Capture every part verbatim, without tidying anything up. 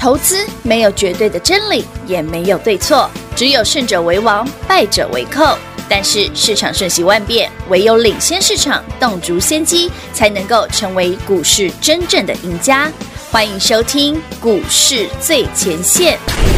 投资没有绝对的真理，也没有对错，只有胜者为王，败者为寇。但是市场瞬息万变，唯有领先市场，洞烛先机，才能够成为股市真正的赢家。欢迎收听股市最前线。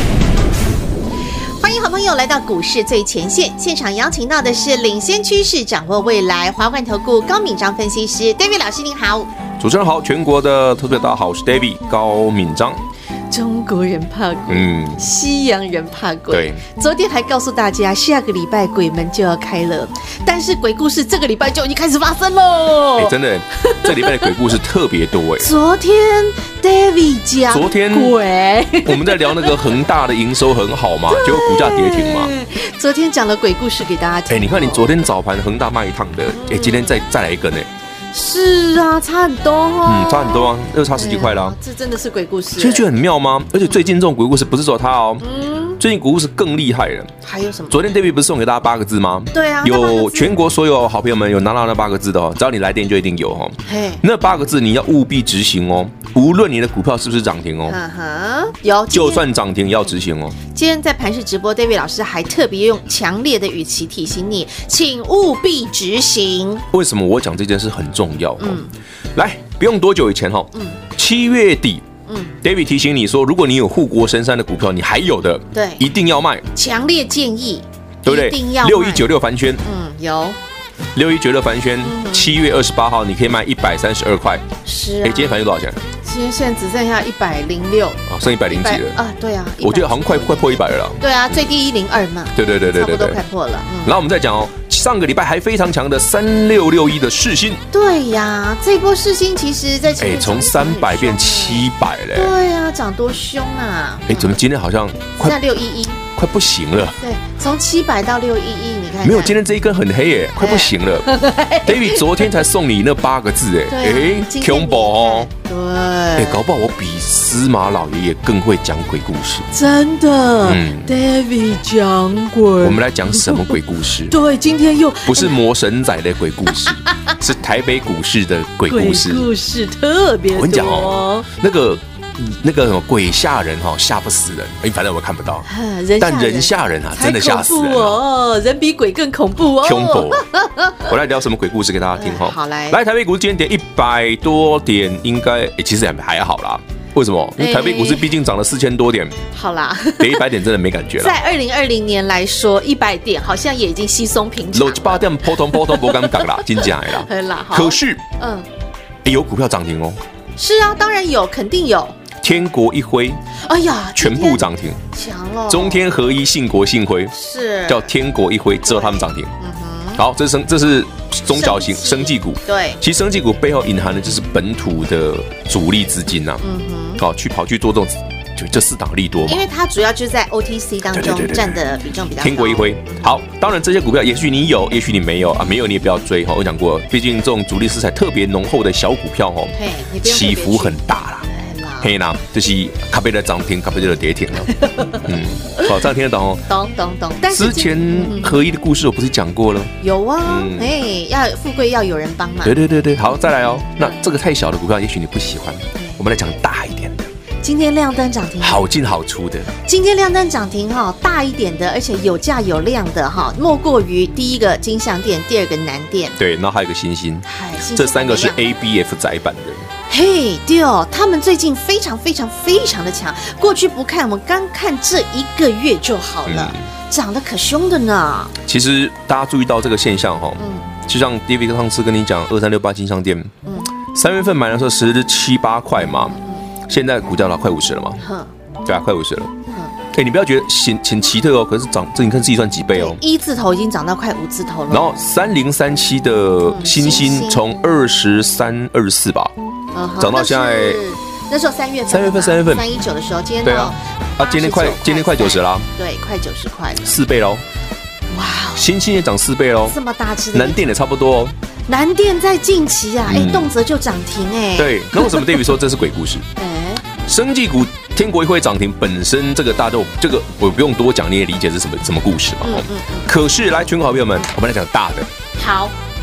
欢迎好朋友来到股市最前线，现场邀请到的是领先趋势，掌握未来华冠投顾高敏章分析师 David 老师，您好。 主持人好，全国的投资者大家好，我是 David 高敏章。 中国人怕鬼，嗯，西洋人怕鬼。 对， 昨天还告诉大家，下个礼拜鬼门就要开了，但是鬼故事这个礼拜就已经开始发生喽。 哎，真的，这礼拜的鬼故事特别多哎。 昨天 David 讲昨天鬼， 我们在聊那个恒大的营收很好嘛，结果股价跌停嘛。 昨天讲了鬼故事给大家听。 哎，你看你昨天早盘恒大卖一趟的，哎，今天再再来一根哎。 是啊，差很多哦。 嗯，差很多啊，又差十几块啦、啊。 这真的是鬼故事。 其实觉得很妙吗？而且最近这种鬼故事不是只有它哦，嗯，最近鬼故事更厉害了。 还有什么？ 昨天 David 不是送给大家八个字吗？ 对啊， 有全国所有好朋友们有拿到那八个字的哦，只要你来电就一定有哦。 嘿， 那八个字你要务必执行哦，无论你的股票是不是涨停哦， 嗯哼，有， 就算涨停也要执行哦。 今天在盘市直播 ，David 老师还特别用强烈的语气提醒你，请务必执行。 为什么我讲这件事很重要？嗯，来，不用多久以前哈，嗯，七月底，嗯 ，David 提醒你说，如果你有护国神山的股票，你还有的， 对， 一定要卖， 强烈建议， 对不对？ 一定要六一九六凡轩， 嗯，有。 六一九六凡轩，七月二十八号你可以卖一百三十二块。 是、啊， 哎，今天凡轩多少钱？ 今天现在只剩下一百零六， 哦，剩一百零几了啊？对啊， 我觉得好像快快破一百了啦。 对啊，最低一零二嘛。 对对对对对， 差不多快破了。嗯， 然后我们再讲哦，上个礼拜还非常强的三六六一的世新。 对呀，这波世新其实在前面哎，从三百变七百嘞。 对呀，涨多凶啊！ 哎，怎么今天好像快在六一一？ 快不行了。 对，从七百到六一一，你看。 没有，今天这一根很黑耶，快不行了。David 昨天才送你那八个字哎， 哎， 恐怖哦。 对， 哎，搞不好我比司马老爷爷更会讲鬼故事。 真的，嗯 ，David 讲鬼。 我们来讲什么鬼故事？ 对，今天又不是魔神仔的鬼故事，是台北股市的鬼故事。 鬼故事特别多。 我跟你讲哦，那个。那个什么鬼吓人哈，吓不死人。哎，反正我看不到，但人吓人啊，真的吓死人哦。人比鬼更恐怖哦。 恐怖。我来聊什么鬼故事给大家听哈。 好来， 来台北股市今天跌一百多点，应该其实也还好啦。为什么？因为台北股市毕竟涨了四千多点。 好啦， 跌一百点真的没感觉了。 在二零二零年来说，一百点好像也已经稀松平常。 六七八点扑通扑通不敢讲啦，真假的啦。可是，嗯，有股票涨停哦。 是啊，当然有，肯定有。 天国一辉， 哎呀， 全部涨停， 强了！ 中天合一、信国信辉是叫天国一辉，只有他们涨停。嗯哼，好，这是生这是中小型生技股。 对， 其实生技股背后隐含的就是本土的主力资金呐。嗯哼，好，去跑去做这种，就这四档利多嘛。 因为它主要就是在 O T C 当中占的比重比较高。 天国一辉，好，当然这些股票也许你有，也许你没有啊，没有你也不要追哈。我讲过，毕竟这种主力色彩特别浓厚的小股票哦，起伏很大啦。黑啦，就是咖啡的涨停，咖啡的跌停了。嗯，好，这样听得懂哦。 懂懂懂。但是之前合一的故事我不是讲过了？ 有啊，哎，要富贵要有人帮嘛。 对对对对，好，再来哦。那这个太小的股票，也许你不喜欢，我们来讲大一点的。 今天亮灯涨停， 好进好出的。 今天亮灯涨停哈，大一点的，而且有价有量的哈，莫过于第一个金像店，第二个南店。 对，然后还有一个星星，这三个是 A B F 窄版的。 嘿，对哦，他们最近非常非常非常的强。过去不看，我们刚看这一个月就好了，嗯、涨得可凶的呢。 其实大家注意到这个现象哈，嗯，就像 David 上次跟你讲，二三六八金像店，嗯，三月份买的时候十七八块嘛，嗯、现在股价到快五十了嘛，嗯、对啊，快五十了。哎、欸，你不要觉得很很奇特哦，可是涨这你看自己算几倍哦？ 一字头已经涨到快五字头了。 然后三零三七的星星从二十三、二十四吧。涨到现在， 那时候三月份， 三月份，三月份， 三一九的时候，今天对啊，啊，今天快，今天快九十啦， 对，快九十块了， 四倍喽，哇，星星也涨四倍喽， 这么大只的， 南电也差不多哦， 南电在近期啊，哎、嗯，动辄就涨停哎， 对，那为什么 David 说这是鬼故事？哎，生技股天国一辉涨停，本身这个大家都这个我不用多讲，你也理解是什么什么故事嘛，嗯嗯嗯。可是来全国好朋友们，我们来讲大的， 好。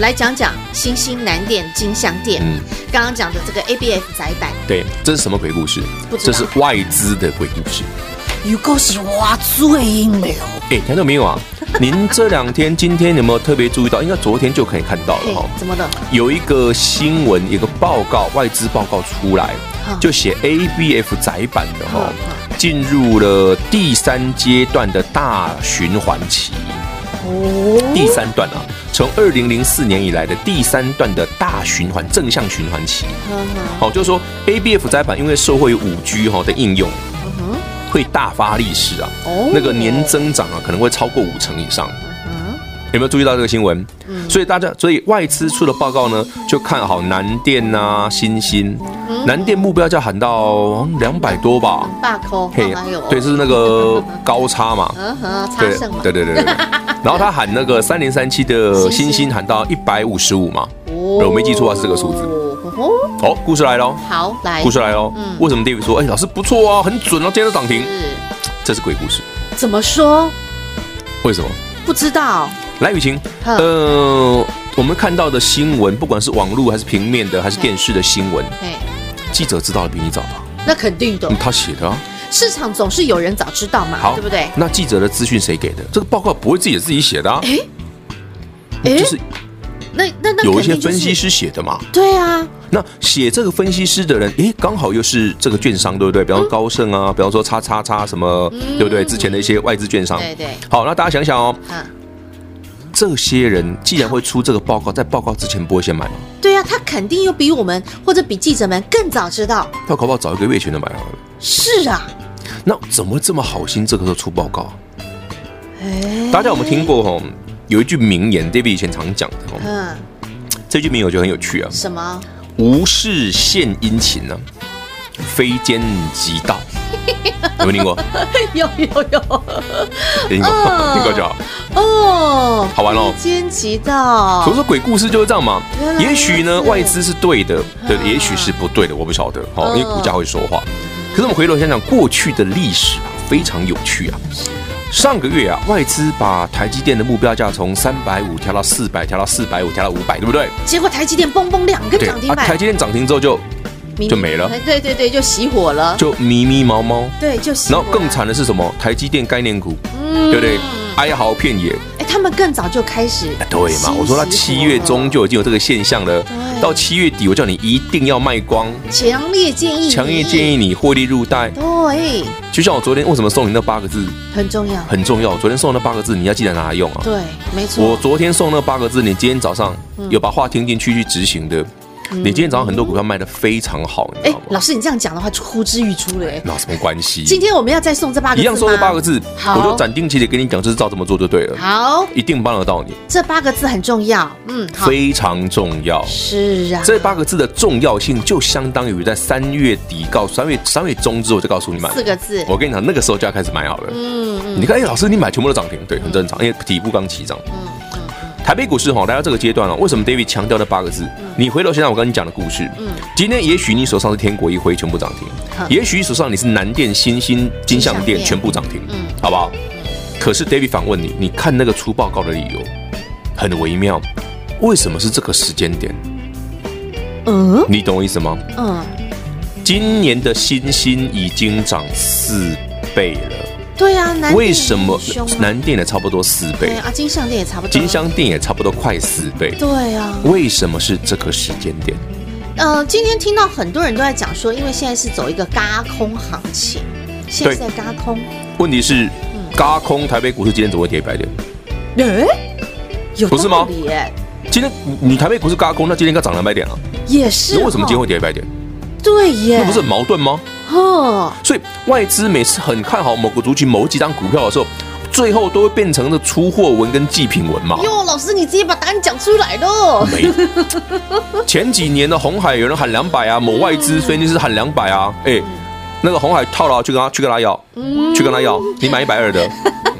来讲讲新兴南电、金像电，嗯，刚刚讲的这个 A B F 载板， 对，这是什么鬼故事？这是外资的鬼故事。 有够是挖最硬了哦！ 哎，听到没有啊？您这两天、今天有没有特别注意到？应该昨天就可以看到了哈。 怎么的？ 有一个新闻，有个报告，外资报告出来，就写 A B F 载板的哈，进入了第三阶段的大循环期。哦，第三段啊，从二零零四年以来的第三段的大循环正向循环期。好，就是说 A B F 载板因为受惠于五 G 哈的应用。会大发利市啊，哦、那个年增长啊可能会超过五成以上。嗯、有没有注意到这个新闻？嗯、所以大家，所以外资出的报告呢，就看好南电啊、新兴。嗯、南电目标价喊到两百多吧， 大扣，嘿， 对，是那个高差嘛， 嗯哼，差胜嘛， 对对对对对。然后他喊那个三零三七的新兴喊到一百五十五嘛，我没记错啊，是这个数字。哦，故事来喽！ 好，来， 故事来喽！嗯，为什么 David 说，哎，老师不错啊，很准啊，今天都涨停？这是鬼故事。 怎么说？ 为什么？ 不知道。 来，雨晴，呃，我们看到的新闻，不管是网络还是平面的，还是电视的新闻，记者知道的比你早吧？ 那肯定的， 他写的啊。 市场总是有人早知道嘛，对不对？ 那记者的资讯谁给的？这个报告不会自己自己写的啊。哎，哎，就是。 那那那有一些分析师写的嘛？ 对啊， 那写这个分析师的人，诶，刚好又是这个券商，对不对？比方说高盛啊，比方说叉叉叉什么，对不对？之前的一些外资券商， 对对。 好，那大家想想哦，这些人既然会出这个报告，在报告之前不会先买吗？ 对啊，他肯定又比我们或者比记者们更早知道。 他搞不好早一个月前就买好了。 是啊， 那怎么这么好心这个时候出报告？大家有没有听过吼？有一句名言 ，David 以前常讲的哦，嗯，这句名言我觉得很有趣啊。 什么？ 无事献殷勤呢、啊，非奸即盗。有没有听过？ 有有有， 听过，哦、听过就好。 哦， 好玩哦。 非奸即盗。 所以说鬼故事就是这样嘛。也许呢，外资是对的，对，也许是不对的，我不晓得。哦，因为股价会说话。可是我们回头想想过去的历史啊，非常有趣啊。上个月啊，外资把台积电的目标价从三百五调到四百，调到四百五，调到五百，对不对？ 结果台积电蹦蹦两根涨停板、 啊，台积电涨停之后就就没了， 对对对，就熄火了， 就咪咪毛毛， 对，就熄火。 然后更惨的是什么？台积电概念股，嗯、对不对？哀嚎遍野。 哎，他们更早就开始， 对嘛？我说他七月中就已经有这个现象了，到七月底，我叫你一定要卖光， 强烈建议， 强烈建议你获利入袋。 对， 就像我昨天为什么送你那八个字， 很重要， 很重要。昨天送那八个字，你要记得拿来用啊。 对，没错。 我昨天送那八个字，你今天早上有把话听进去去执行的。你今天早上很多股票卖得非常好，你知道吗？ 老师，你这样讲的话，就呼之欲出了。 那有什么关系？ 今天我们要再送这八个字， 一样送这八个字，我就斩钉截铁跟你讲，就是照这么做就对了。 好， 一定帮得到你。 这八个字很重要，嗯， 非常重要。 是啊， 这八个字的重要性就相当于在三月底告三月三月中之后就告诉你买四个字。 我跟你讲，那个时候就要开始买好了。嗯嗯。你看，哎，老师，你买全部都涨停，对，很正常，因为底部刚起涨。嗯。台北股市哈，来到这个阶段了，为什么 David 强调那八个字？你回头想想我跟你讲的故事。嗯，今天也许你手上是天国一辉全部涨停，也许手上你是南电、新兴、金像电全部涨停，嗯，好不好？可是 David 反问你，你看那个出报告的理由很微妙，为什么是这个时间点？嗯，你懂我意思吗？嗯，今年的新兴已经涨四倍了。 对啊， 为什么南电也差不多四倍？ 啊，金像电也差不多， 金像电也差不多快四倍。 对啊， 为什么是这个时间点？ 呃，今天听到很多人都在讲说，因为现在是走一个轧空行情，现在是在轧空。 问题是，轧空台北股市今天怎么会跌一百点？ 哎，有不是吗？今天你台北股市轧空，那今天应该涨两百点了。 也是， 那为什么今天会跌一百点？ 对耶， 那不是很矛盾吗？哦，所以外资每次很看好某个族群、某几张股票的时候，最后都会变成了出货文跟祭品文嘛。 哟，老师，你直接把答案讲出来了。 没，前几年的鸿海有人喊两百啊，某外资分析师喊两百啊，哎，那个鸿海套牢去跟他去跟他要，去跟他要，你买一百二的，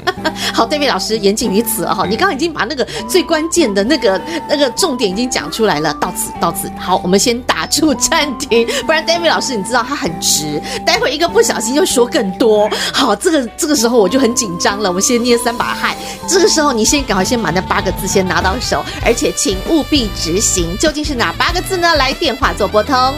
好 ，David 老师言尽于此了哈，你刚刚已经把那个最关键的那个那个重点已经讲出来了，到此到此。好，我们先打住暂停，不然 David 老师你知道他很直，待会一个不小心就说更多。好，这个这个时候我就很紧张了，我们先捏三把汗。这个时候你先赶快先把那八个字先拿到手，而且请务必执行。究竟是哪八个字呢？来电话做拨通。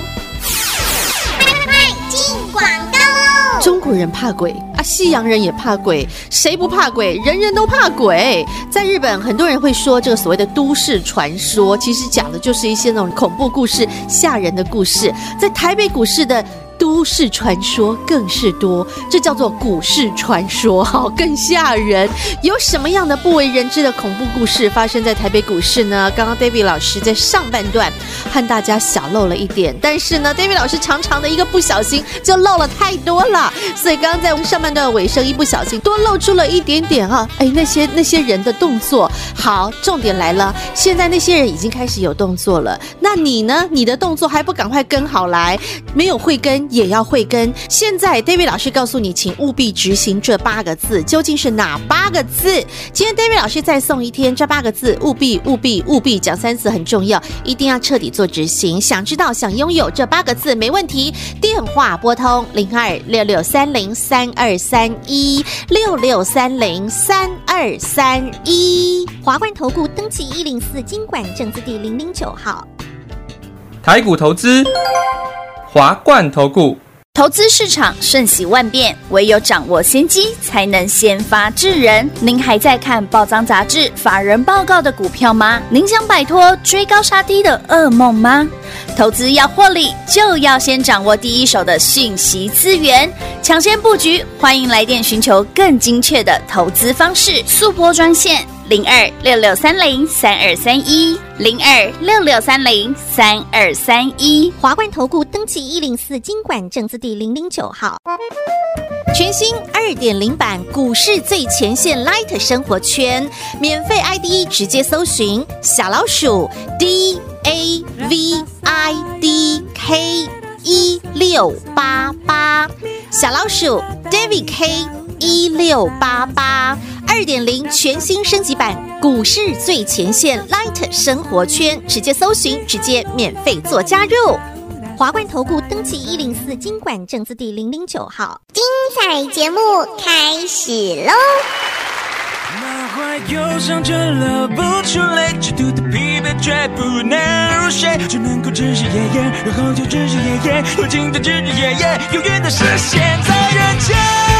进广告喽！ 中国人怕鬼啊，西洋人也怕鬼，谁不怕鬼？人人都怕鬼。在日本，很多人会说这个所谓的都市传说，其实讲的就是一些那种恐怖故事、吓人的故事。在台北股市的都市传说更是多，这叫做股市传说，好，更吓人。有什么样的不为人知的恐怖故事发生在台北股市呢？刚刚 David 老师在上半段和大家小漏了一点，但是呢 David 老师常常的一个不小心就漏了太多了，所以刚刚在我们上半段的尾声一不小心多露出了一点点啊，哎，那些那些人的动作。好，重点来了，现在那些人已经开始有动作了，那你呢？你的动作还不赶快跟好来？没有慧根也要慧根。现在 David 老师告诉你，请务必执行这八个字，究竟是哪八个字？今天 David 老师再送一天，这八个字务必务必务必讲三次很重要，一定要彻底做执行。想知道想拥有这八个字没问题，电话拨通零二六六三零三二三一六六三零三二三一。 华冠投顾登记一零四金管证字第零零九号。 台股投资，华冠投顾。 投资市场瞬息万变，唯有掌握先机，才能先发制人。您还在看报章杂志、法人报告的股票吗？您想摆脱追高杀低的噩梦吗？投资要获利，就要先掌握第一手的讯息资源，抢先布局。欢迎来电寻求更精确的投资方式，速拨专线零二六六三零三二三一零二六六三零三二三一。 华冠投顾登记一零四金管证字第零零九号。 全新 二点零 版股市最前线 Light 生活圈，免费 I D 直接搜寻小老鼠 D A V I D K 一六八八，小老鼠 David K 一六八八。二点零 全新升级版股市最前线 Light 生活圈，直接搜寻，直接免费做加入。 华冠投顾登记一零四金管证字第零零九号。精彩节目开始喽！ 满怀忧伤却流不出泪，极度的疲惫却不能入睡，只能够只是夜夜，然后就只是夜夜，如今的只是夜夜，永远的实现在人间。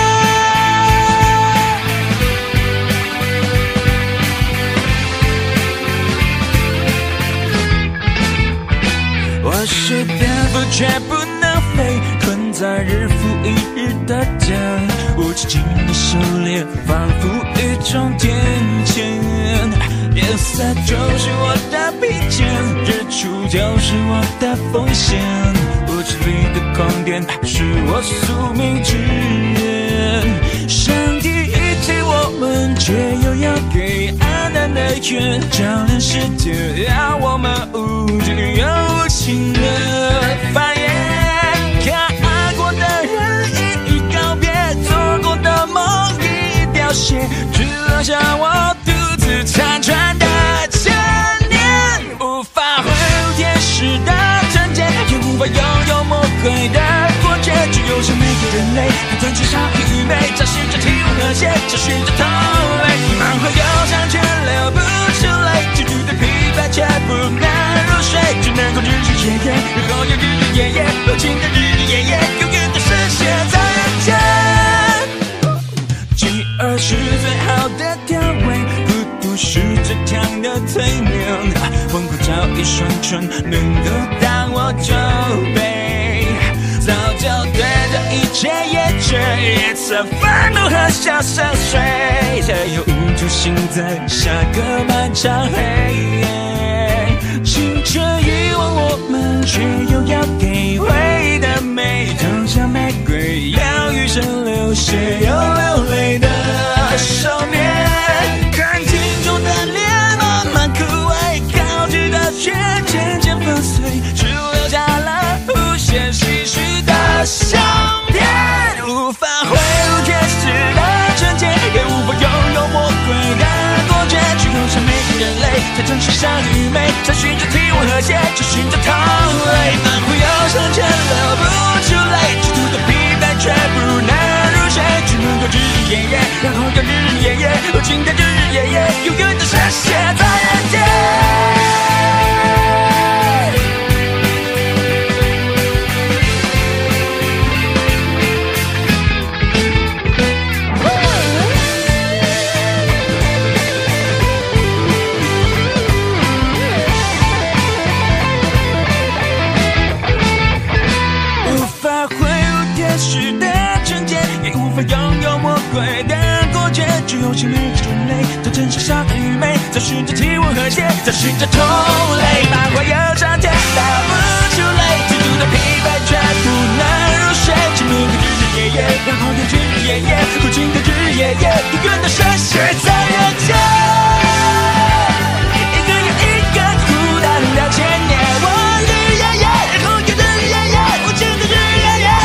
我是蝙蝠却不能飞，困在日复一日的家，无止境的狩猎，仿佛一种天谴。夜色就是我的疲倦，日出就是我的风险，无止力的狂点是我宿命之源。上帝遗弃我们，却又要给暗淡的愿，照亮世界，让我们无惧又无情的繁衍。看爱过的人一一告别，做过的梦一一凋谢，只留下我独自残喘的千年。无法挥舞天使的纯洁，也无法拥有魔鬼的果决，只有像每个人类看穿至少愚昧，找寻着体温和谐，找寻着同类，满怀忧伤却流不出泪，极度的疲惫却不能入睡，只能够日日夜夜，然后又日日夜夜，如今的日日夜夜，永远的实现在人间。饥饿是最好的调味，孤独是最强的催眠，疯狂找一双唇能够当我酒杯，早就对这一切也倦，也曾愤怒和笑深邃，却又无助心在下个漫长黑夜。青春遗忘我们，却又要给回的美，就像玫瑰要余生流血又流泪的少年。看镜中的脸慢慢枯萎，高举的血渐渐粉碎，只留下了无限唏嘘的相片。无法挥舞天使的纯洁，也无法拥城市上愚昧，在寻着体温和谐，只寻着同类，仿佛有上千流不出泪，只图的疲惫却不能入睡，只能够日日夜夜，然后又日日夜夜，如今的日日夜夜，永远的深陷在人间。情侣的人类，在城市上的愚昧，在寻着体温和谐，在寻着同类，繁华又上天，倒不出泪，极度的疲惫却不能入睡，只能够日日夜夜，然后又日日夜夜，无尽的日日夜夜，永远的深陷在人间。一个又一个孤单两千年，我日日夜夜，然后又日日夜夜，无尽的日日夜夜。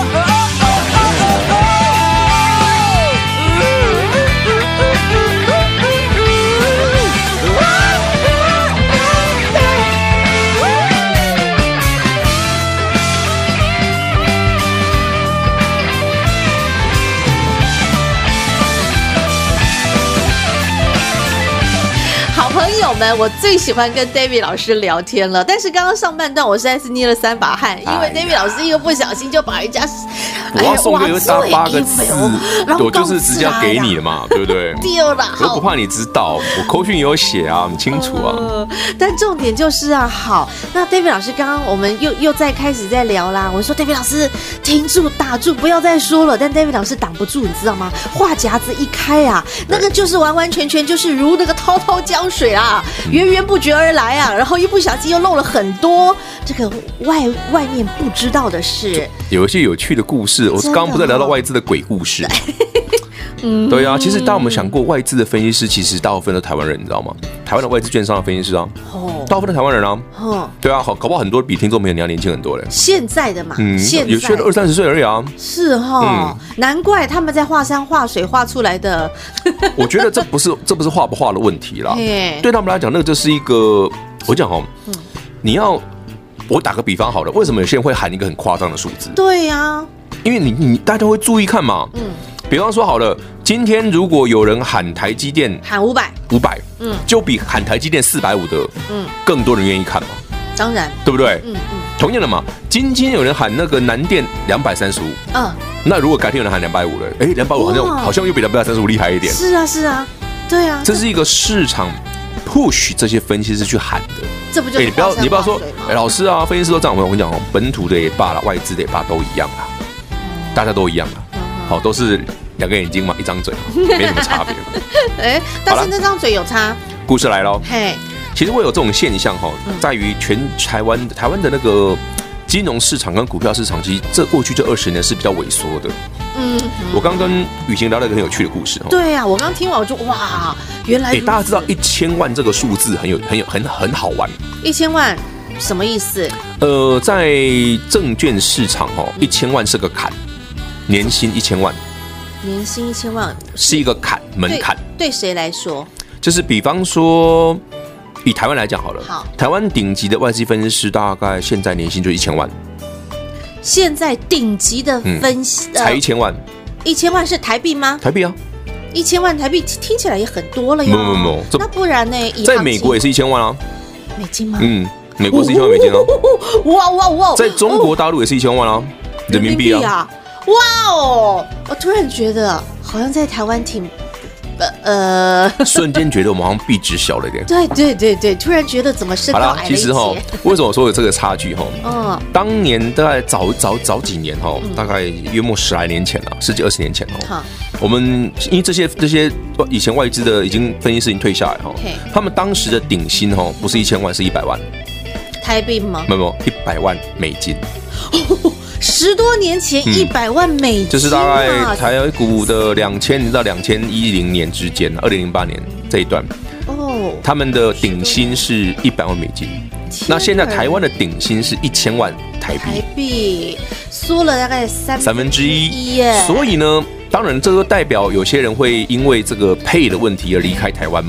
朋友们，我最喜欢跟 David 老师聊天了，但是刚刚上半段我实在是捏了三把汗，因为 David 老师一个不小心就把人家， 我要送给大八个字，我就是直接要给你了嘛，对不对？ 丢了， 我不怕你知道，我口讯有写啊，很清楚啊。 呃、但重点就是啊，好，那 David 老师刚刚我们又又在开始在聊啦，我说 David 老师停住打住，不要再说了，但 David 老师挡不住，你知道吗？话匣子一开啊，那个就是完完全全就是如那个滔滔江水啊，源源不绝而来啊，然后一不小心又漏了很多这个外外面不知道的事， 有一些有趣的故事。我刚刚不是聊到外资的鬼故事？嗯，对啊，其实当我们想过外资的分析师，其实大部分都台湾人，你知道吗？台湾的外资券商的分析师啊，哦，大部分的台湾人啊，哦，对啊，好，搞不好很多比听众朋友你要年轻很多嘞。 现在的嘛，嗯，现在有些都二三十岁而已啊。 是哈、哦，嗯、难怪他们在画山画水画出来的。 我觉得这不是这不是画不画的问题啦，对他们来讲，那个就是一个，我讲哦，嗯、你要我打个比方好了，为什么有些人会喊一个很夸张的数字？ 对呀、啊， 因为你你大家会注意看嘛，嗯。比方说好了，今天如果有人喊台积电喊五百， 五百，嗯，就比喊台积电四百五的，嗯，更多人愿意看嘛。 当然， 对不对？嗯嗯。同样的嘛，今天有人喊那个南电两百三十五，嗯，那如果改天有人喊两百五了，哎，两百五好像好像又比两百三十五厉害一点。 是啊是啊，对啊。 这是一个市场 push 这些分析师去喊的。 这不就是你不要你不要说，哎，老师啊，分析师都这样，我跟你讲哦，本土的也罢了，外资的也罢，都一样啦，大家都一样啦。好，都是两个眼睛嘛，一张嘴，没什么差别。 哎，但是那张嘴有差。 故事来咯， 嘿， 其实会有这种现象哈，在于全台湾台湾的那个金融市场跟股票市场，其实这过去这二十年是比较萎缩的。嗯，我刚跟雨晴聊了一个很有趣的故事。 对啊，我刚听完我就哇，原来、欸、 大家知道一千万这个数字很有很有很很好玩。 一千万什么意思？ 呃，在证券市场哈，一千万是个坎。年薪一千万， 年薪一千万是一个坎门槛。 对谁来说？ 就是比方说，以台湾来讲好了， 好， 台湾顶级的外资分析师大概现在年薪就一千万。 现在顶级的分析、 嗯、才一千万， 一千万是台币吗？ 台币啊， 一千万台币听起来也很多了哟。 不不不， 那不然呢？ 在美国也是一千万啊， 美金吗？ 嗯，美国是一千万美金啊。 哇哇哇！ 在中国大陆也是一千万啊，人民币啊。 哇哦！我突然觉得好像在台湾挺，呃， 瞬间觉得我们好像币值小了一点。 对对对对，突然觉得怎么身高矮了一截。 其实哈，为什么说有这个差距哈？嗯，当年大概早早早几年哈，大概约莫十来年前了，十几二十年前哦。我们因为这些这些以前外资的已经分析师已经退下来哈，他们当时的顶薪哈不是一千万，是一百万台币吗？ 没有没有，一百万美金。 十多年前一百万美金、啊嗯，就是大概台股的两千到两千一零年之间，二零零八年这一段哦，他们的顶薪是一百万美金。那现在台湾的顶薪是一千万台币， 台币缩了大概三三分之一耶。所以呢，当然这个代表有些人会因为这个配的问题而离开台湾嘛。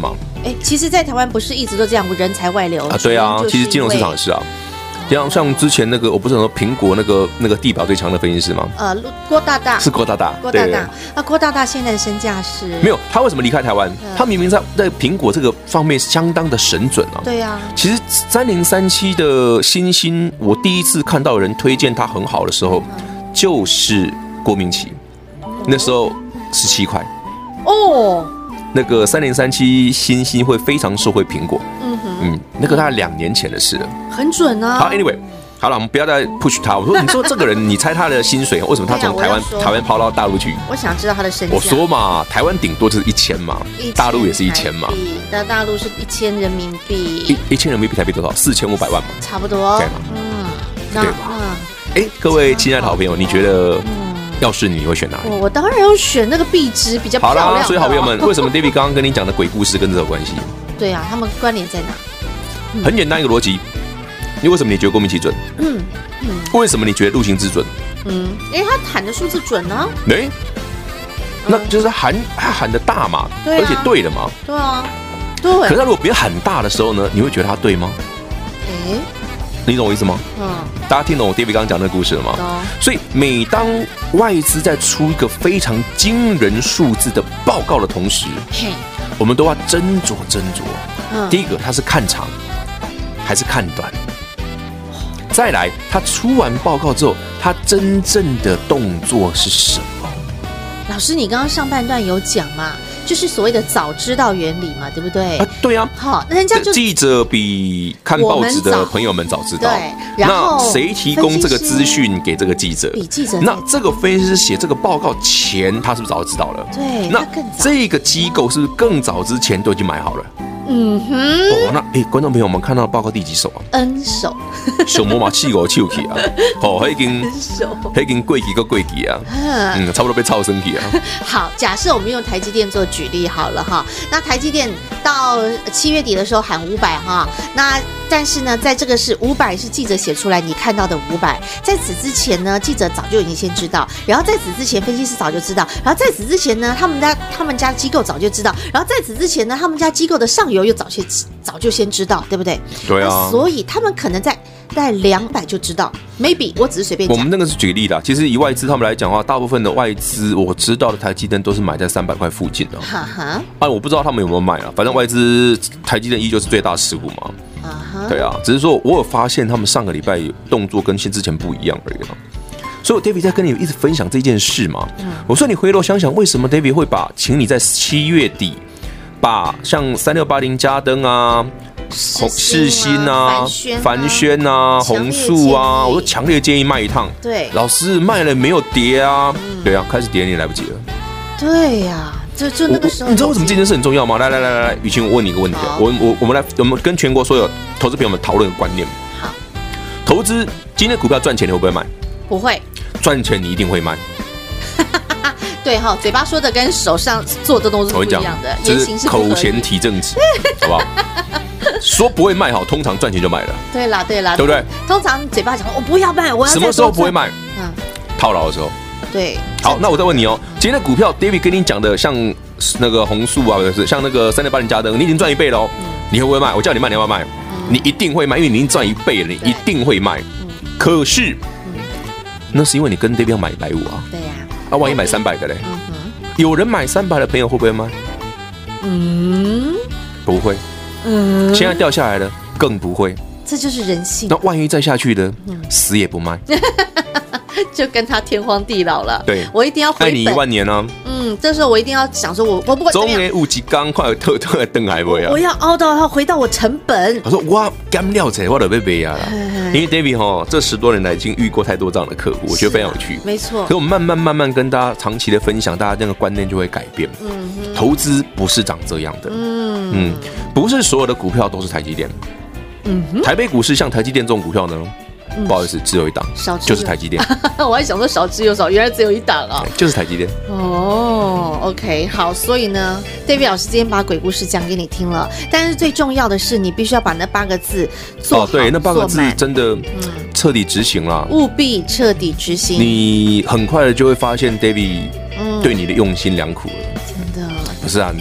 哎，其实，在台湾不是一直都这样，人才外流啊？对啊，其实金融市场也是啊。像像之前那个，我不是说苹果那个那个地表最强的分析师吗？ 呃，郭大大是郭大大， 郭大大。那郭大大现在的身价是没有，他为什么离开台湾？他明明在在苹果这个方面相当的神准啊。 对啊。 其实三零三七的新兴，我第一次看到有人推荐它很好的时候，就是郭明錤，那时候十七块。哦。那个三零三七新兴会非常受惠苹果。嗯哼。嗯，那个大概两年前的事了。 很准啊。 好 ，anyway。好了，我们不要再 push 他。我说，你说这个人，你猜他的薪水为什么他从台湾台湾跑到大陆去？ 我想知道他的身价。 我说嘛，台湾顶多就是一千嘛，大陆也是一千嘛。 那大陆是一千人民币。 一一千人民币台币多少？四千五百万嘛。 差不多。 对嘛？ 嗯， 对嘛？哎，各位亲爱的好朋友，你觉得要是你会选哪里？ 我当然要选那个币值比较漂亮的。 好啦，所以好朋友们，为什么 David 刚刚跟你讲的鬼故事跟这有关系？ 对啊，他们关联在哪？ 很简单一个逻辑。你为什么你觉得郭明錤准？嗯嗯。为什么你觉得陆行之准？ 嗯，因为他喊的数字准呢。 哎，那就是喊他喊的大嘛，而且对的嘛。 对啊，对。 可是他如果别喊大的时候呢，你会觉得他对吗？哎，你懂我意思吗？嗯。大家听懂我 David 刚刚讲那个故事了吗？懂。所以每当外资在出一个非常惊人数字的报告的同时，我们都要斟酌斟酌。嗯。第一个，他是看长还是看短？再来，他出完报告之后，他真正的动作是什么？ 老师，你刚刚上半段有讲嘛，就是所谓的早知道原理嘛，对不对？ 啊，对啊。 好，那人家就记者比看报纸的朋友们早知道。 对，然后那谁提供这个资讯给这个记者？ 比记者。 那这个分析师写这个报告前，他是不是早就知道了？ 对， 那这个机构是不是更早之前都已经买好了？嗯哼，哦，那哎，观众朋友们看到报告第几手啊 ？N 手， 小魔马气我气气啊！哦，已经，已经贵几个贵几啊？嗯，差不多被超生气啊。 好，假设我们用台积电做举例好了哈，那台积电到七月底的时候喊五百哈，那但是呢，在这个是五百是记者写出来你看到的五百，在此之前呢，记者早就已经先知道，然后在此之前分析师早就知道，然后在此之前呢，他们家他们家机构早就知道，然后在此之前呢，他们家机构的上游又早先早就先知道，对不对？ 对啊， 所以他们可能在在两百就知道 ，maybe 我只是随便讲。 我们那个是举例的，其实以外资他们来讲的话，大部分的外资我知道的台积电都是买在三百块附近的。哈哈，哎，我不知道他们有没有卖啊，反正外资台积电依旧是最大持股嘛。啊哈，对啊，只是说我有发现他们上个礼拜动作跟之前不一样而已了。所以 David 在跟你一直分享这件事嘛。嗯，我说你回头想想，为什么 David 会把请你在七月底把像三六八零嘉登啊、世新啊、凡轩啊、红素啊，我说强烈建议卖一趟。 对， 老师卖了没有跌啊？嗯、对啊，开始跌你也来不及了。 对呀、啊，就就那个时候， 你知道为什么这件事很重要吗？来来来来来，雨晴，我问你一个问题啊，我我我们来，我们跟全国所有投资朋友们讨论个观念。 好， 投资今天股票赚钱你会不会卖？ 不会。 赚钱你一定会卖。 对哈，嘴巴说的跟手上做的都是不一样的，言行是口嫌体正直，好不好？说不会卖好，通常赚钱就卖了。 对啦，对啦， 对不对？ 通常嘴巴讲我不要卖，我要什么时候不会卖？嗯，套牢的时候。 对。 好，那我再问你哦，今天的股票 ，David 跟你讲的像那个红素啊，不是像那个三六八零嘉登，你已经赚一倍了哦，你会不会卖？我叫你卖，你要不要卖？你一定会卖，因为你已经赚一倍了，你一定会卖。可是，那是因为你跟 David 要买来五啊。 对呀。 啊，万一买三百的嘞？有人买三百的朋友会不会卖？嗯，不会。嗯，现在掉下来了，更不会。 这就是人性。 那万一再下去的，嗯、死也不卖， 就跟他天荒地老了。 对， 我一定要回本。 爱你一万年啊！ 嗯，这时候我一定要想说我，我我不管怎么样， 中年五级刚快特特登还不会啊！ 我要凹到要回到我成本。 我说哇，干料仔，我都被背啊！因为 David 哈，这十多年来已经遇过太多这样的客户，我觉得非常有趣。 没错。 可是我们慢慢慢慢跟大家长期的分享，大家这个观念就会改变。嗯，投资不是长这样的。嗯嗯，不是所有的股票都是台积电。嗯，台北股市像台积电这种股票呢？不好意思，只有一档，就是台积电。 我还想说少之又少，原来只有一档啊， 就是台积电。 哦 ，OK， 好，所以呢 ，David 老师今天把鬼故事讲给你听了，但是最重要的是，你必须要把那八个字做好，哦， 对，那八个字真的彻底执行了， 务必彻底执行。 你很快的就会发现 David 对你的用心良苦了。 真的不是啊。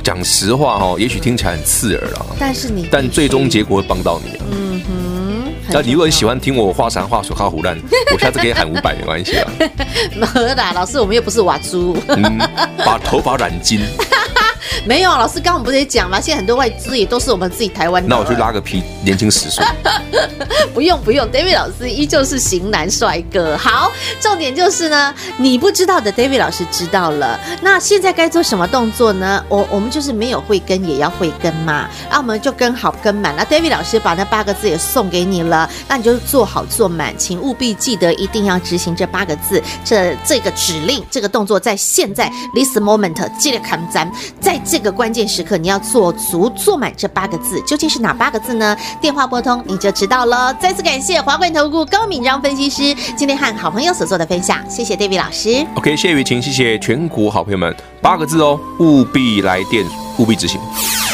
讲实话哈，也许听起来很刺耳啦， 但是你， 但最终结果会帮到你啊。 嗯哼， 那你如果喜欢听我画山画水画胡乱，我下次可以喊五百没关系啊。 没啦，老师，我们又不是瓦猪， 嗯，把头发染金。 没有，老师刚刚我们不是也讲吗？现在很多外资也都是我们自己台湾的。 那我去拉个皮，年轻十岁。 不用不用 ，David 老师依旧是型男帅哥。好，重点就是呢，你不知道的 David 老师知道了。那现在该做什么动作呢？我我们就是没有慧根也要慧根嘛，那我们就跟好跟满。那 David 老师把那八个字也送给你了，那你就做好做满，请务必记得一定要执行这八个字，这这个指令，这个动作在现在 this moment 记得看咱，在这个关键时刻你要做足做满这八个字，究竟是哪八个字呢？电话拨通你就知道了。再次感谢华冠投顾高敏章分析师今天和好朋友所做的分享，谢谢 David 老师。 OK， 谢谢雨晴，谢谢全国好朋友们，八个字哦，务必来电，务必执行。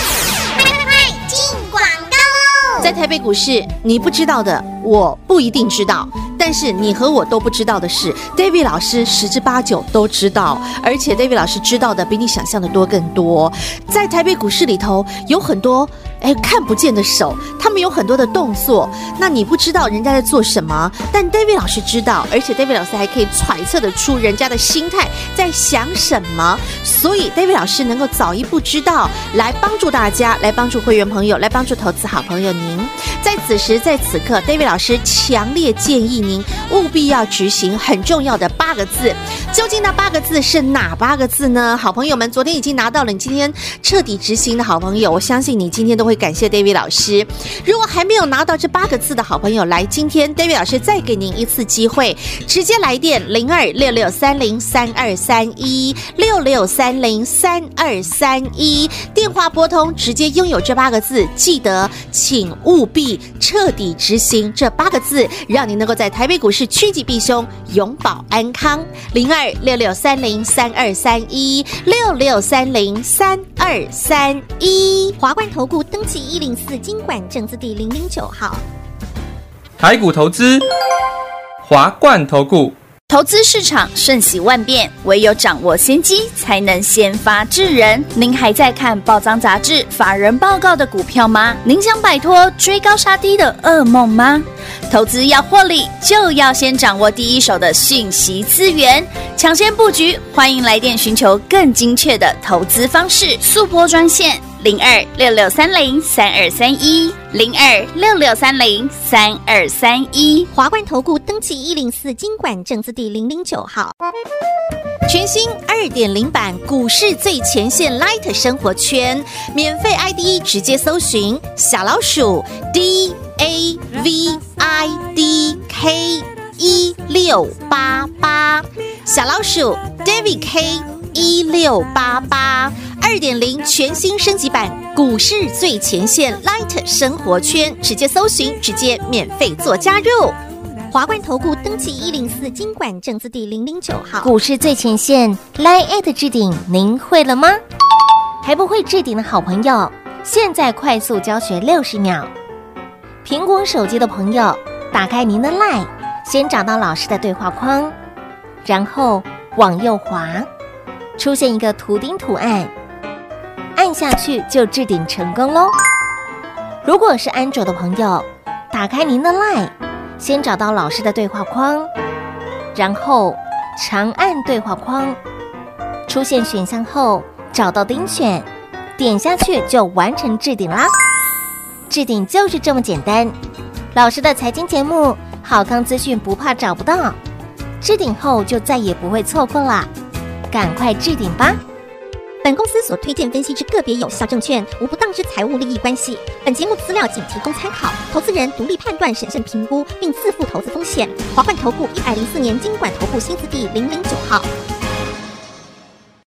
在台北股市，你不知道的，我不一定知道，但是你和我都不知道的事 ，David 老师十之八九都知道，而且 David 老师知道的比你想象的多更多。在台北股市里头，有很多哎看不见的手，他们有很多的动作，那你不知道人家在做什么，但 David 老师知道，而且 David 老师还可以揣测得出人家的心态在想什么，所以 David 老师能够早一步知道，来帮助大家，来帮助会员朋友，来帮助投资好朋友您。在此时在此刻 David 老师强烈建议您务必要执行很重要的八个字，究竟那八个字是哪八个字呢？好朋友们昨天已经拿到了，你今天彻底执行的好朋友，我相信你今天都会感谢 David 老师。如果还没有拿到这八个字的好朋友，来今天 David 老师再给您一次机会，直接来电零二六六三零三二三一六六三零三二三一，电话拨通，直接拥有这八个字，记得请务必彻底执行这八个字，让您能够在台北股市趋吉避凶，永保安康。零二六六三零三二三一六六三零三二三一， 华冠投顾登记一零四金管证字第零零九号。 台股投资，华冠投顾。 投资市场瞬息万变，唯有掌握先机，才能先发制人。您还在看报章杂志、法人报告的股票吗？您想摆脱追高杀低的噩梦吗？投资要获利，就要先掌握第一手的讯息资源，抢先布局。欢迎来电寻求更精确的投资方式，速拨专线零二六六三零三二三一零二六六三零三二三一。 华冠投顾登记一零四金管证字第零零九号。 全新 二点零 版股市最前线 Light 生活圈，免费 I D 直接搜寻小老鼠 D A V I D K 一六八八，小老鼠 David K 一六八八。二点零 全新升级版股市最前线 Light 生活圈，直接搜寻，直接免费做加入。 华冠投顾登记一零四金管证字第零零九号。 股市最前线 Line@ 置顶，您会了吗？还不会置顶的好朋友，现在快速教学六十秒。苹果手机的朋友，打开您的 Line， 先找到老师的对话框，然后往右滑，出现一个图钉图案，按下去就置顶成功咯。如果是安卓的朋友，打开您的 Line， 先找到老师的对话框，然后长按对话框，出现选项后找到钉选，点下去就完成置顶啦。置顶就是这么简单，老师的财经节目好康资讯不怕找不到，置顶后就再也不会错过啦，赶快置顶吧。 本公司所推荐分析之个别有效证券，无不当之财务利益关系。本节目资料仅提供参考，投资人独立判断、审慎评估，并自负投资风险。华冠投顾一百零四年金管投顾新字第零零九号。